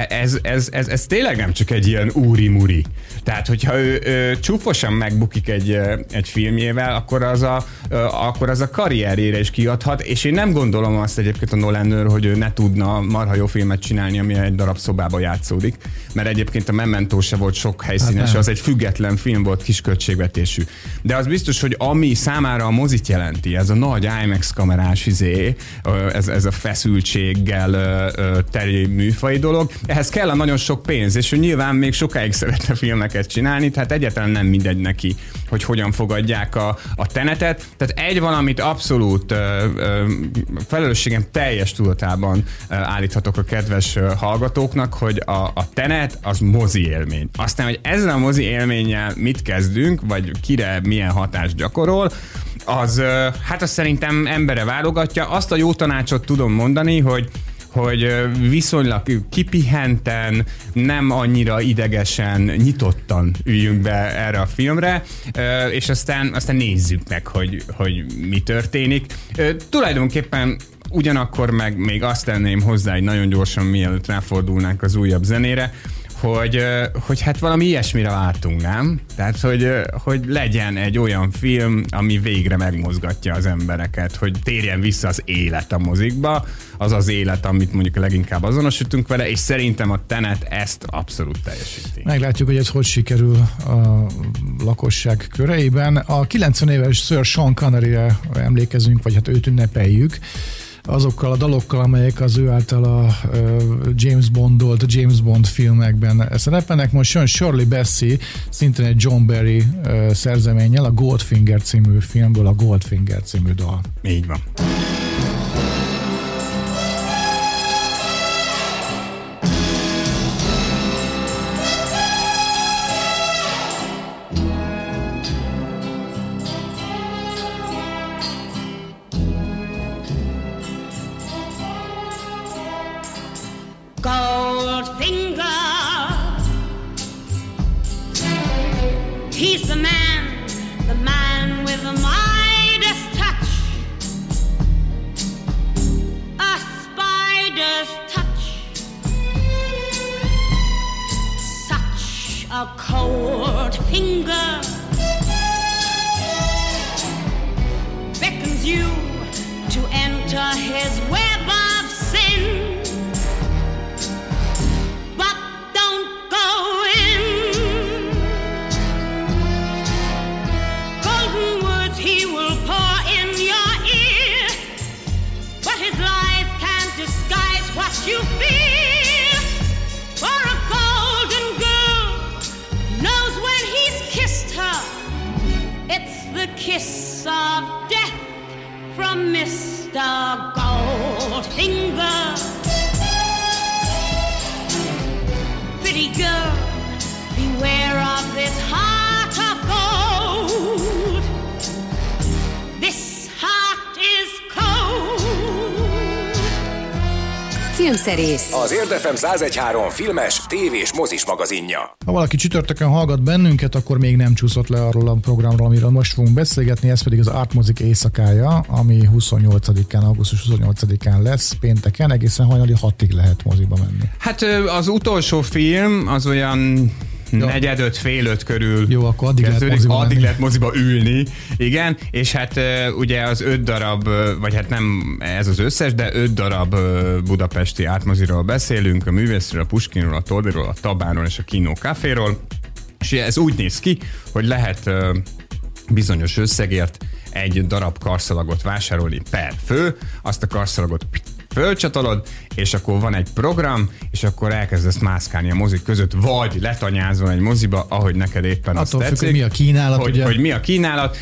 ez tényleg nem csak egy ilyen úri-muri. Tehát, hogyha ő csúfosan megbukik egy filmjével, akkor az a karrierjére is kiadhat, és én nem gondolom azt egyébként a Nolan-ről, hogy ő ne tudna marha jó filmet csinálni, ami egy darab szobába játszódik, mert egyébként a Memento se volt sok helyszínes, az egy független film volt, kis költségvetésű. De az biztos, hogy ami számára a mozit jelenti, ez a nagy IMAX kamerás ez a feszültséggel terjő műfai dolog, ehhez kell a nagyon sok pénz, és ő nyilván még sokáig szeretne filmeket csinálni, tehát egyáltalán nem mindegy neki, hogy hogyan fogadják a Tenetet. Tehát egy valamit abszolút felelősségem teljes tudatában állíthatok a kedves hallgatóknak, hogy a Tenet az mozi élmény. Aztán, hogy ezzel a mozi élménnyel mit kezdünk, vagy kire milyen hatást gyakorol, az szerintem embere válogatja. Azt a jó tanácsot tudom mondani, hogy viszonylag kipihenten, nem annyira idegesen, nyitottan üljünk be erre a filmre, és aztán nézzük meg, hogy mi történik. Tulajdonképpen ugyanakkor meg még azt tenném hozzá, hogy nagyon gyorsan, mielőtt ráfordulnánk az újabb zenére, hogy hát valami ilyesmire vártunk, nem? Tehát, hogy legyen egy olyan film, ami végre megmozgatja az embereket, hogy térjen vissza az élet a mozikba, az élet, amit mondjuk leginkább azonosítunk vele, és szerintem a Tenet ezt abszolút teljesíti. Meglátjuk, hogy ez hogy sikerül a lakosság köreiben. A 90 éves Sir Sean Connery-re emlékezünk, vagy hát őt ünnepeljük, azokkal a dalokkal, amelyek az ő által a James Bond filmekben szerepelnek. Most jön Shirley Bassey, szintén egy John Barry szerzeménnyel, a Goldfinger című filmből a Goldfinger című dal. Így van. He's the man with the Midas touch, a spider's touch, such a cold finger beckons you to enter his web of sin. You feel for a golden girl knows when he's kissed her, it's the kiss of death from Mr. Goldfinger. Pretty girl, beware of this heart of gold. This heart is cold. Filmszerész. Az Érdefem 101.3 filmes, tévés, mozis magazinja. Ha valaki csütörtökön hallgat bennünket, akkor még nem csúszott le arról a programról, amiről most fogunk beszélgetni, ez pedig az Artmozik éjszakája, ami 28-án, augusztus 28-án lesz, pénteken, egészen hajnali 6-ig lehet moziba menni. Hát az utolsó film az olyan... negyed-öt, fél-öt körül. Jó, akkor addig lehet moziba ülni. Igen, és hát ugye az 5 darab, vagy hát nem ez az összes, de 5 darab budapesti átmoziról beszélünk, a Művészről, a Puskinról, a Toldiról, a Tabánról és a Kino Caféról. És ez úgy néz ki, hogy lehet bizonyos összegért egy darab karszalagot vásárolni per fő, azt a karszalagot fölcsatolod, és akkor van egy program, és akkor elkezdesz mászkálni a mozik között, vagy letanyázol egy moziba, ahogy neked éppen azt tetszik. Függ, hogy mi a kínálat, hogy mi a kínálat.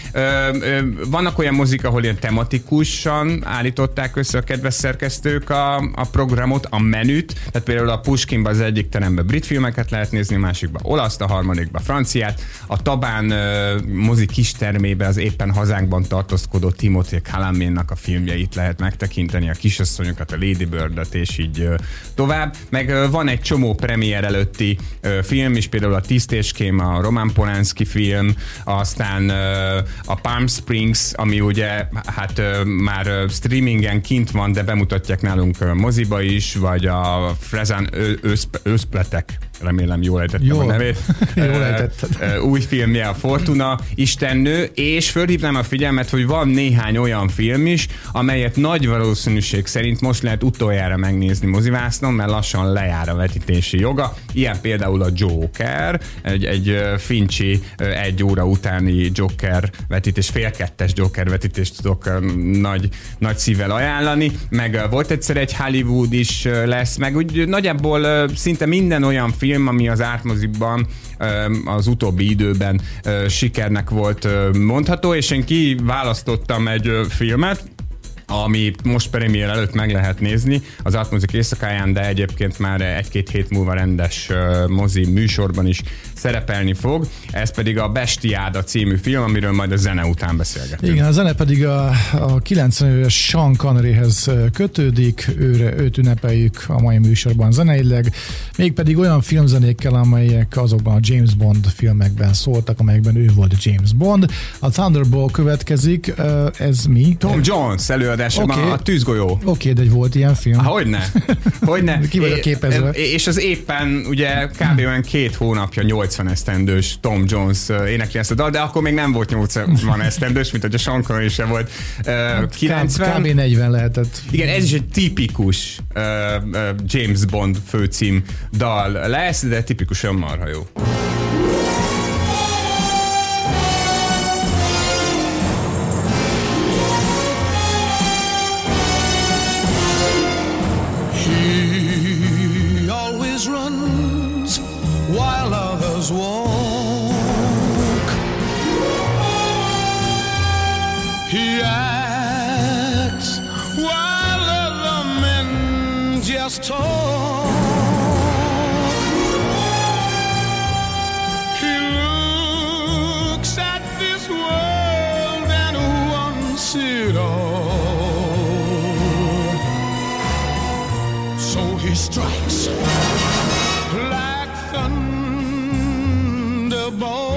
Vannak olyan mozik, ahol ilyen tematikusan állították össze a kedves szerkesztők a programot, a menüt, tehát például a Puskinban az egyik teremben brit filmeket lehet nézni, a másikban olaszt, a harmadikban franciát, a Tabán mozik kistermében az éppen hazánkban tartózkodó Timothée Chalametnak a filmjeit lehet megtekinteni, a Kisasszonyokat, a Lady Bird-et, és így tovább. Meg van egy csomó premier előtti film is, például a Tisztéském, a Roman Polanski film, aztán a Palm Springs, ami ugye hát már streamingen kint van, de bemutatják nálunk moziba is, vagy a Frezán Őszpletek, remélem jól ejtettem a nevét. Jól ejtetted. Új filmje a Fortuna istennő, és fölhívnám a figyelmet, hogy van néhány olyan film is, amelyet nagy valószínűség szerint most lehet utoljára megnézni mozivásznon, mert lassan lejár a vetítési joga. Ilyen például a Joker, egy Finchy 1 óra utáni Joker vetítés, fél kettes Joker vetítést tudok nagy szívvel ajánlani, meg volt egyszer egy Hollywood is lesz, meg úgy nagyjából szinte minden olyan film, ami az átmozikban az utóbbi időben sikernek volt mondható, és én kiválasztottam egy filmet, ami most premier előtt meg lehet nézni az Artmozik éjszakáján, de egyébként már 1-2 hét múlva rendes mozi műsorban is szerepelni fog. Ez pedig a Bestiáda című film, amiről majd a zene után beszélgetünk. Igen, a zene pedig a 90 éves Sean Conneryhez kötődik, őt ünnepeljük a mai műsorban zeneileg, mégpedig olyan filmzenékkel, amelyek azokban a James Bond filmekben szóltak, amelyekben ő volt James Bond. A Thunderball következik, ez mi? Tom Jones előadásában, a Tűzgolyó. Oké, de volt ilyen film. Hogyne. Ki vagyok képezve. És az éppen ugye kb. Olyan 2 hónapja 80 esztendős Tom Jones énekli ezt a dal, de akkor még nem volt 80 esztendős, mint hogy a Sean Connery se volt 90. Kb. 40 lehetett. Igen, ez is egy tipikus James Bond főcím dal lesz, de tipikusan marha jó. While others walk, he acts while other men just talk. He looks at this world and wants it all, so he strikes like thunderbolt.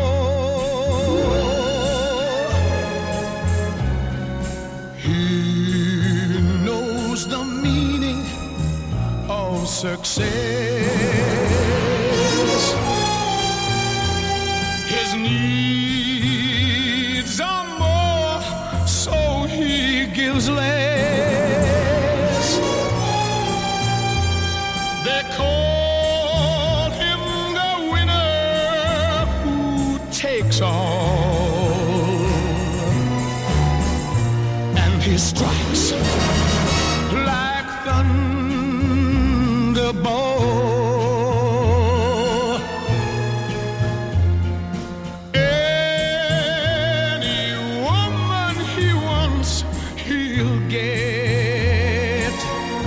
He knows the meaning of success. His needs are more, so he gives less. They call him the winner who takes all, and he strikes like thunderbolt. Any woman he wants, he'll get.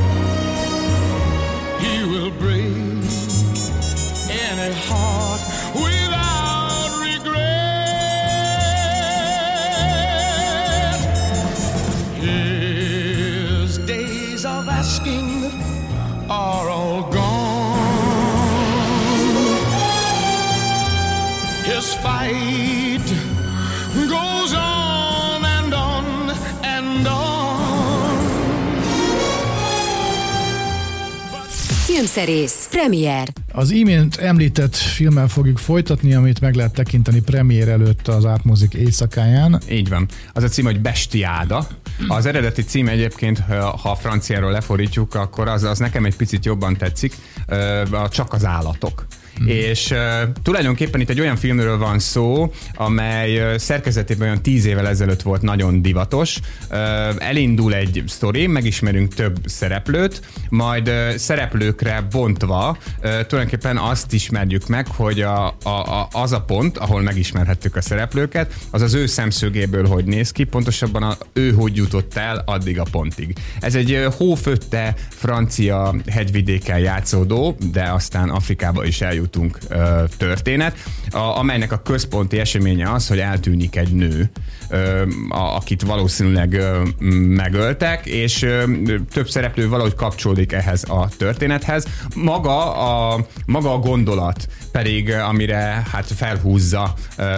He will break any heart without regret. His days of asking are all gone. His fight goes on and on and on. Filmszerész, premier. Az imént említett filmmel fogjuk folytatni, amit meg lehet tekinteni premier előtt az Átmozik éjszakáján. Így van. Az a cím, hogy Bestiáda. Az eredeti cím egyébként, ha franciáról lefordítjuk, akkor az nekem egy picit jobban tetszik, Csak az állatok. És tulajdonképpen itt egy olyan filmről van szó, amely szerkezetében olyan 10 évvel ezelőtt volt nagyon divatos. Elindul egy sztori, megismerünk több szereplőt, majd szereplőkre bontva tulajdonképpen azt ismerjük meg, hogy az a pont, ahol megismerhettük a szereplőket, az az ő szemszögéből hogy néz ki, pontosabban ő hogy jutott el addig a pontig. Ez egy hófötte francia hegyvidéken játszódó, de aztán Afrikába is eljut történet, amelynek a központi eseménye az, hogy eltűnik egy nő, akit valószínűleg megöltek, és több szereplő valahogy kapcsolódik ehhez a történethez. Maga a gondolat pedig, amire hát felhúzza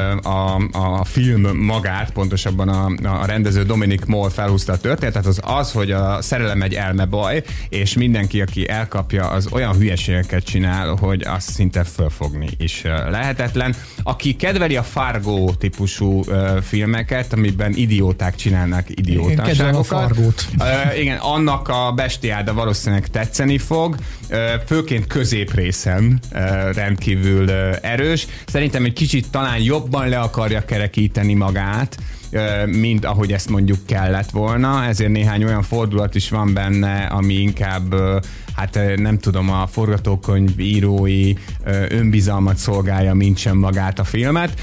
a film magát, pontosabban a rendező Dominic Moll felhúzta a történetet, az, hogy a szerelem egy elmebaj, és mindenki, aki elkapja, az olyan hülyeségeket csinál, hogy azt szinte fölfogni is lehetetlen. Aki kedveli a Fargo típusú filmeket, amiben idióták csinálnak idiótáságokat. Igen, annak a Bestiáda valószínűleg tetszeni fog. Főként középrészen rendkívül erős. Szerintem egy kicsit talán jobban le akarja kerekíteni magát, mint ahogy ezt mondjuk kellett volna, ezért néhány olyan fordulat is van benne, ami inkább, hát nem tudom, a forgatókönyv írói önbizalmat szolgálja, mint sem magát a filmet,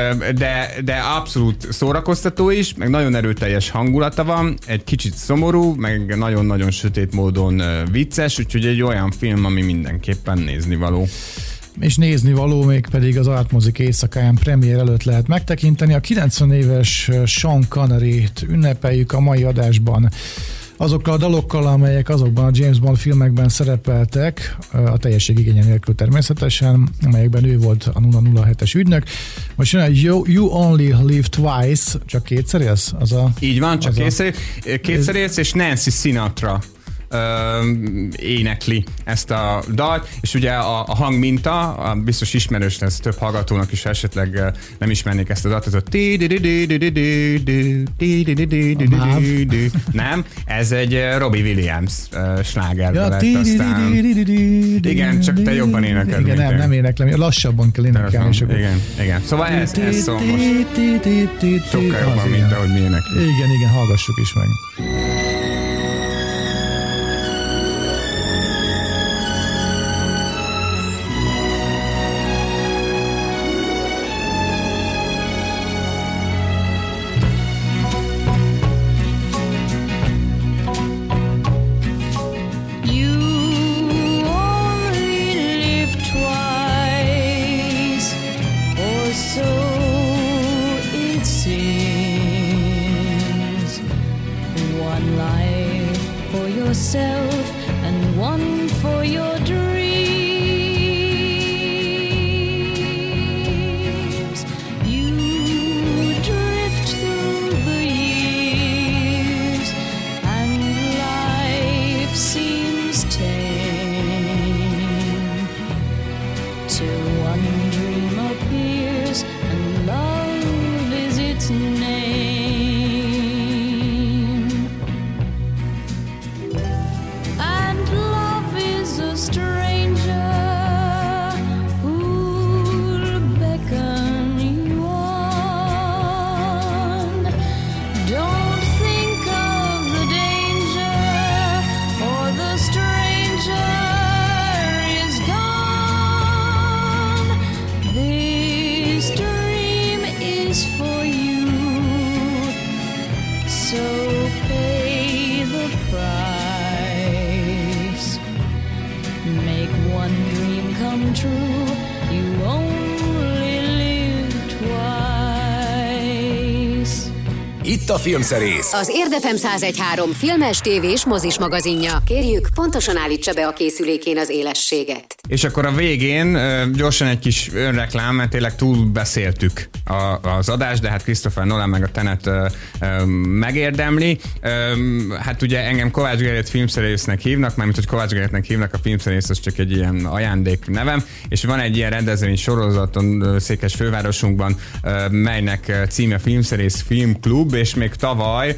de abszolút szórakoztató is, meg nagyon erőteljes hangulata van, egy kicsit szomorú, meg nagyon-nagyon sötét módon vicces, úgyhogy egy olyan film, ami mindenképpen néznivaló. És néznivaló még pedig az Átmozik éjszakáján premier előtt lehet megtekinteni. A 90 éves Sean Connery-t ünnepeljük a mai adásban azokkal a dalokkal, amelyek azokban a James Bond filmekben szerepeltek, a teljesség igénye nélkül természetesen, amelyekben ő volt a 007-es ügynök. Most jön You Only Live Twice, csak kétszer élsz? Így van, csak kétszer élsz, és Nancy Sinatra énekli ezt a dalt, és ugye a hangminta, biztos ismerős lesz több hallgatónak is, esetleg nem ismernék ezt a dalt, ez a nem, ez egy Robbie Williams slágerbe lett aztán. Igen, csak te jobban énekeled. Igen, nem éneklem, lassabban kell énekelni. Igen, szóval ez szól most sokkal jobban, mint ahogy mi éneklünk. Igen, hallgassuk is meg. itt a Filmszerész. Az Érdefem 101.3 filmes, tévés, mozis magazinja. Kérjük, pontosan állítsa be a készülékén az élességet. És akkor a végén gyorsan egy kis önreklám, mert tényleg túlbeszéltük az adást, de hát Christopher Nolan meg a Tenet megérdemli. Hát ugye engem Kovács Gellért filmszerésznek hívnak, mármint hogy Kovács Gellertnek hívnak, a filmszerész az csak egy ilyen ajándék nevem, és van egy ilyen rendezvény sorozaton Székes fővárosunkban, melynek címe Filmszerész Filmklub, és még tavaly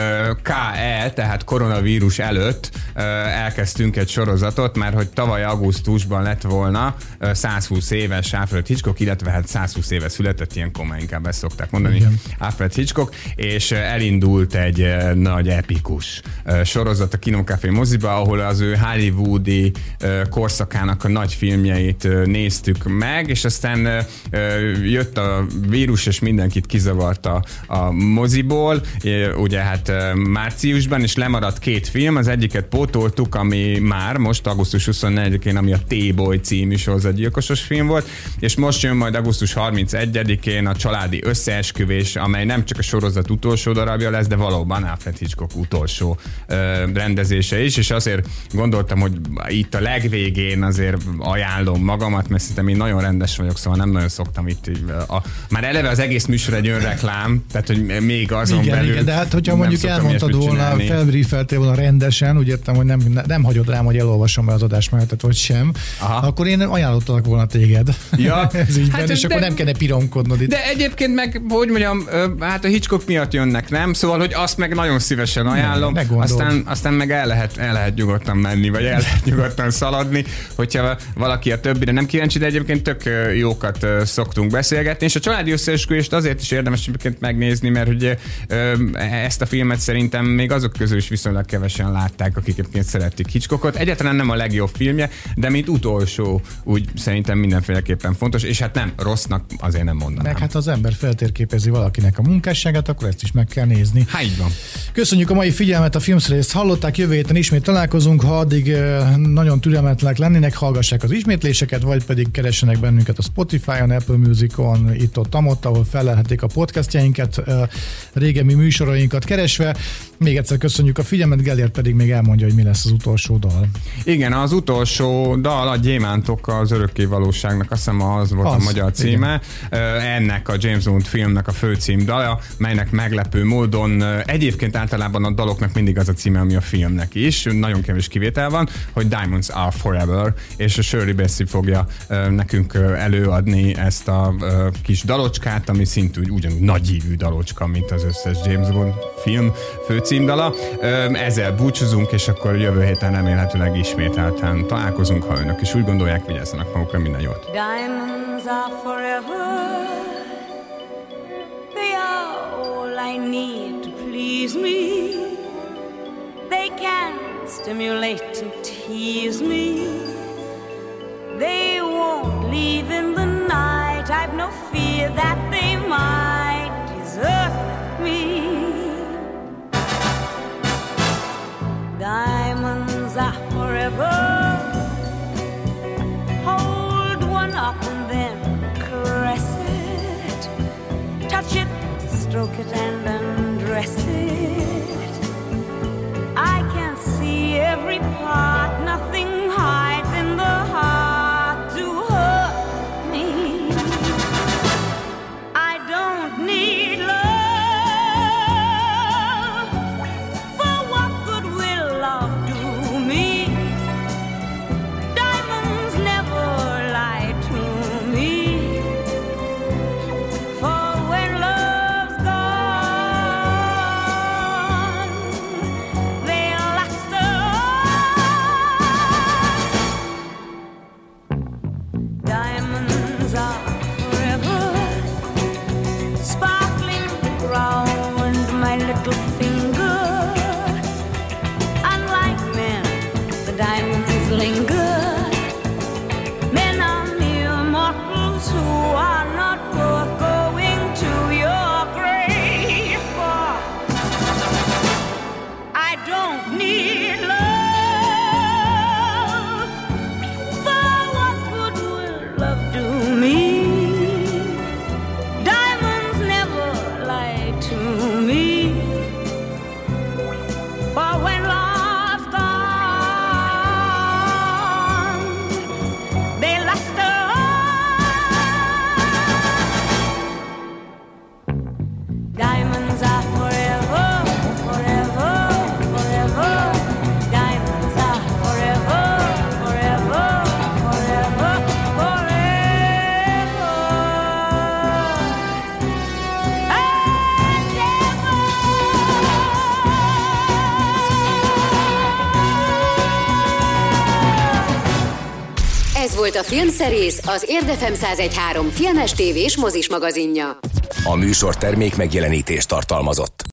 KE, tehát koronavírus előtt elkezdtünk egy sorozatot, mert hogy tavaly augusztusban lett volna 120 éves Alfred Hitchcock, illetve hát 120 éve született, ilyenkor már inkább ezt szokták mondani, igen. Alfred Hitchcock, és elindult egy nagy epikus sorozat a Kinócafé moziba, ahol az ő hollywoodi korszakának a nagy filmjeit néztük meg, és aztán jött a vírus, és mindenkit kizavarta a moziból, ugye hát márciusban, és lemaradt 2 film, az egyiket pótoltuk, ami már most augusztus 24-én, ami a T-Boy című sorozatgyilkosos film volt, és most jön majd augusztus 31-én a Családi összeesküvés, amely nem csak a sorozat utolsó darabja lesz, de valóban Alfred Hitchcock utolsó rendezése is, és azért gondoltam, hogy itt a legvégén azért ajánlom magamat, mert szerintem én nagyon rendes vagyok, szóval nem nagyon szoktam itt. Már eleve az egész műsor egy önreklám, tehát hogy még azon belül. Igen, de hát hogyha mondjuk elmondtad volna, felbriefeltél volna rendesen, úgy értem, hogy nem hagyod rám, hogy elolvasom be az adásmenetet, vagy sem, akkor én ajánlottalak volna téged. Ja. Ez ígyben, hát, és akkor nem kellene piromkodnod itt. De egyébként meg, hogy mondjam, hát a Hitchcock miatt jönnek, nem? Szóval, hogy azt meg nagyon szívesen ajánlom, aztán meg el lehet nyugodtan menni, vagy el lehet nyugodtan szaladni, hogyha valaki a többire nem kíváncsi, de egyébként tök jókat szoktunk beszélgetni, és a Családi összeesküvést azért is érdemes egyébként megnézni, mert ugye ezt a filmet szerintem még azok közül is viszonylag kevesen látták, akik egyébként szerették Hitchcockot. Egyáltalán nem a legjobb filmje, de mint utolsó úgy szerintem mindenféleképpen fontos, és hát nem rossznak azért nem mondanám. Meg hát az ember feltérképezi valakinek a munkásságát, akkor ezt is meg kell nézni. Hát így van. Köszönjük a mai figyelmet, a Filmszerészt hallották, jövő héten ismét találkozunk, ha addig nagyon türelmetlenek lennének, hallgassák az ismétléseket, vagy pedig keressenek bennünket a Spotify-on, Apple Music-on, itt-ott, ahol felelhetik a podcastjainkat, régebbi műsorainkat keresve. Még egyszer köszönjük a figyelmet, Gellért pedig még elmondja, hogy mi lesz az utolsó dal. Igen, az utolsó dal a Gyémántok az örökké valóságnak, azt hiszem az volt a magyar címe. Ennek a James Bond filmnek a főcím dala, melynek meglepő módon egyébként általában a daloknak mindig az a címe, ami a filmnek is. Nagyon kevés kivétel van, hogy Diamonds Are Forever, és a Shirley Bassey fogja nekünk előadni ezt a kis dalocskát, ami szintúgy ugyanúgy nagyívű dalocska, mint az összes James Bond film főcímdala. Ezzel búcsúzunk, és akkor jövő héten remélhetőleg ismételten találkozunk, ha önök is úgy gondolják, vigyázzanak magukra, minden jót. Diamonds are forever. They are all I need to please me. They can stimulate and tease me. They won't leave in the night. I've no fear that they might desert me. Diamonds are forever. Hold one up and then caress it. Touch it, stroke it and undress it. I can see every part, nothing hides in the heart to hurt me. I don't need love. volt a Filmszerész, az Érdefem 101.3 filmes, tévés, mozis magazinja. A műsor termék megjelenítést tartalmazott.